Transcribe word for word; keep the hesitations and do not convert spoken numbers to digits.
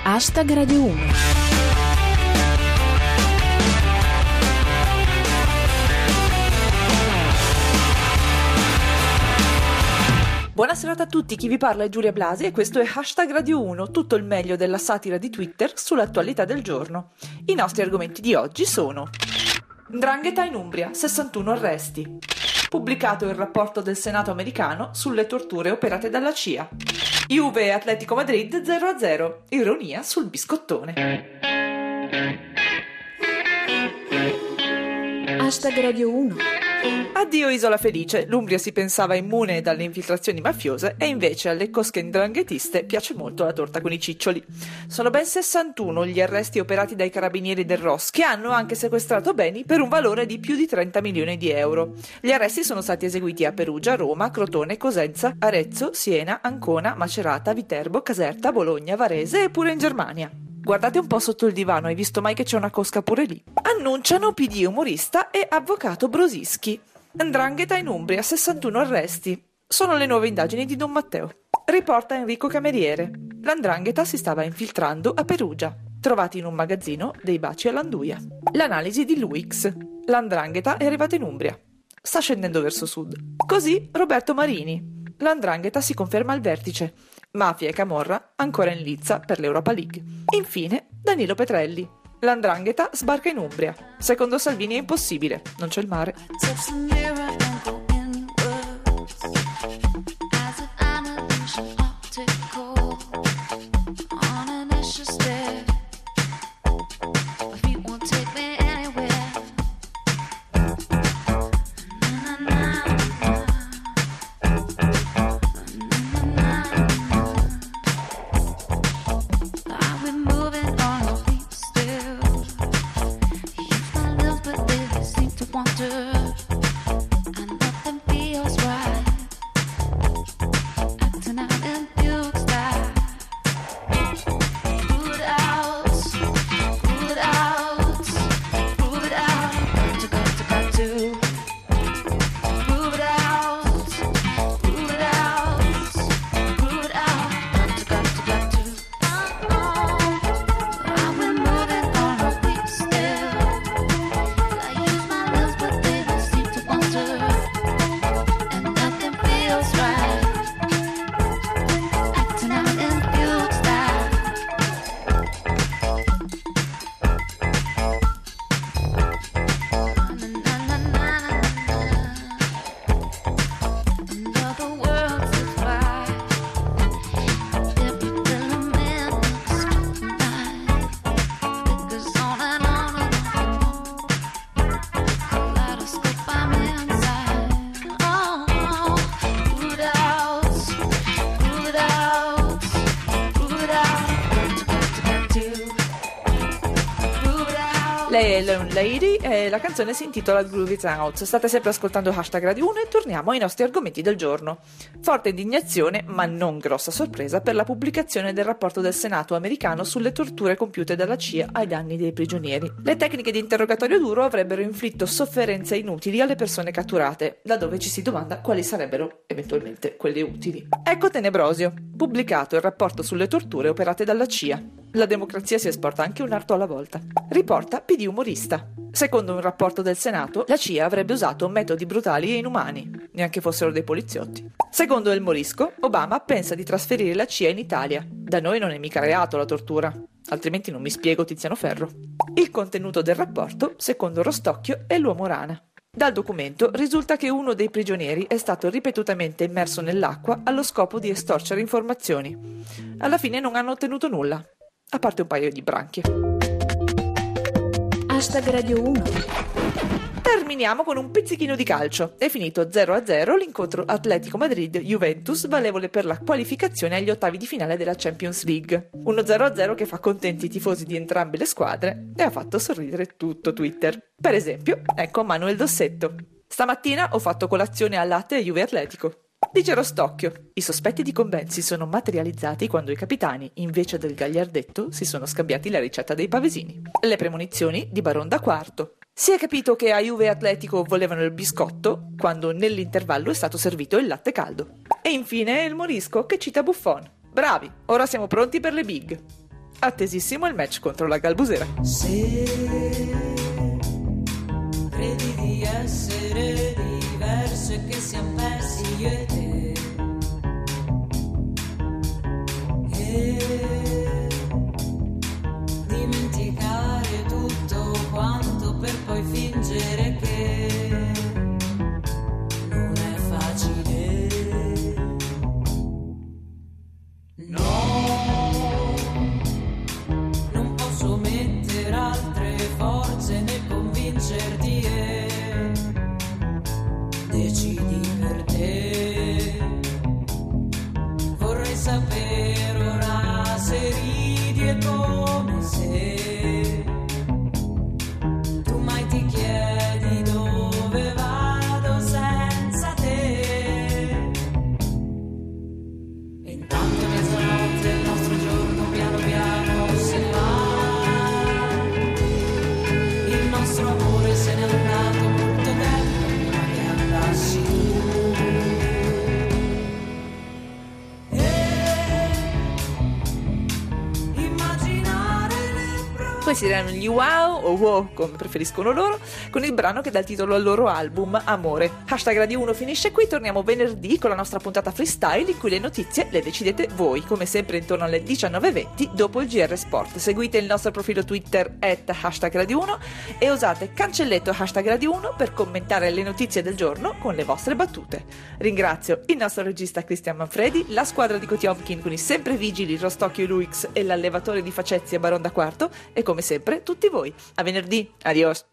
Hashtag Radio uno. Buona serata a tutti, chi vi parla è Giulia Blasi e questo è Hashtag Radio uno, tutto il meglio della satira di Twitter sull'attualità del giorno. I nostri argomenti di oggi sono: 'Ndrangheta in Umbria, sessantuno arresti. Pubblicato il rapporto del Senato americano sulle torture operate dalla C I A. Juve e Atletico Madrid zero a zero, ironia sul biscottone. Hashtag Radio uno. Addio Isola Felice, l'Umbria si pensava immune dalle infiltrazioni mafiose e invece alle cosche 'ndranghetiste piace molto la torta con i ciccioli. Sono ben sessantuno gli arresti operati dai carabinieri del R O S, che hanno anche sequestrato beni per un valore di più di trenta milioni di euro. Gli arresti sono stati eseguiti a Perugia, Roma, Crotone, Cosenza, Arezzo, Siena, Ancona, Macerata, Viterbo, Caserta, Bologna, Varese e pure in Germania. Guardate un po' sotto il divano, hai visto mai che c'è una cosca pure lì? Annunciano P D umorista e avvocato Brosischi. 'Ndrangheta in Umbria, sessantuno arresti. Sono le nuove indagini di Don Matteo. Riporta Enrico Cameriere. La 'ndrangheta si stava infiltrando a Perugia. Trovati in un magazzino dei baci all'Anduia. L'analisi di Luix. La 'ndrangheta è arrivata in Umbria. Sta scendendo verso sud. Così Roberto Marini. La 'ndrangheta si conferma al vertice. Mafia e camorra ancora in lizza per l'Europa League. Infine Danilo Petrelli. La 'ndrangheta sbarca in Umbria. Secondo Salvini è impossibile, non c'è il mare. Lei è Lone Lady e la canzone si intitola Groove It Out. State sempre ascoltando Hashtag Radio uno e torniamo ai nostri argomenti del giorno. Forte indignazione, ma non grossa sorpresa, per la pubblicazione del rapporto del Senato americano sulle torture compiute dalla C I A ai danni dei prigionieri. Le tecniche di interrogatorio duro avrebbero inflitto sofferenze inutili alle persone catturate, da dove ci si domanda quali sarebbero eventualmente quelle utili. Ecco Tenebrosio, pubblicato il rapporto sulle torture operate dalla C I A. La democrazia si esporta anche un arto alla volta. Riporta P D umorista. Secondo un rapporto del Senato, la C I A avrebbe usato metodi brutali e inumani, neanche fossero dei poliziotti. Secondo El Morisco, Obama pensa di trasferire la C I A in Italia. Da noi non è mica reato la tortura, altrimenti non mi spiego Tiziano Ferro. Il contenuto del rapporto, secondo Rostocchio, è l'uomo rana. Dal documento risulta che uno dei prigionieri è stato ripetutamente immerso nell'acqua allo scopo di estorcere informazioni. Alla fine non hanno ottenuto nulla, a parte un paio di branchie. Hashtag Radio uno. Terminiamo con un pizzichino di calcio. È finito zero a zero l'incontro Atletico Madrid-Juventus, valevole per la qualificazione agli ottavi di finale della Champions League. Uno zero a zero che fa contenti i tifosi di entrambe le squadre e ha fatto sorridere tutto Twitter. Per esempio, ecco Manuel Dossetto. Stamattina ho fatto colazione al latte e Juve Atletico. Dice Rostocchio, i sospetti di Conbenzi sono materializzati quando i capitani, invece del gagliardetto, si sono scambiati la ricetta dei pavesini. Le premonizioni di Baron da Quarto. Si è capito che a Juve e Atletico volevano il biscotto quando nell'intervallo è stato servito il latte caldo. E infine il Morisco che cita Buffon. Bravi, ora siamo pronti per le big. attesissimo il match contro la Galbusera. Se credi di essere diverso e che siamo persi io e te, e dimenticare tutto quanto per poi fingere che non è facile. No, non posso mettere altre forze nel convincerti e decidi per te. Vorrei sapere ora se ridi e come se tu mai ti chiedi dove vado senza te. E intanto mezzanotte il nostro giorno piano piano se ne va, il nostro amore se n'è andato molto tempo prima che andassi tu. E immaginare le prove. Questi erano gli Wow, o Wow come preferiscono loro, con il brano che dà il titolo al loro album Amore. Hashtag Radio uno finisce qui, torniamo venerdì con la nostra puntata freestyle in cui le notizie le decidete voi, come sempre intorno alle diciannove e venti dopo il G R Sport. Seguite il nostro profilo Twitter at hashtag Radio uno e usate cancelletto hashtag Radio uno per commentare le notizie del giorno con le vostre battute. Ringrazio il nostro regista Cristian Manfredi, la squadra di Kotiomkin con i sempre vigili Rostocchio e Luix e l'allevatore di Facezia Baron da Quarto e come sempre tutti voi. A venerdì, adios!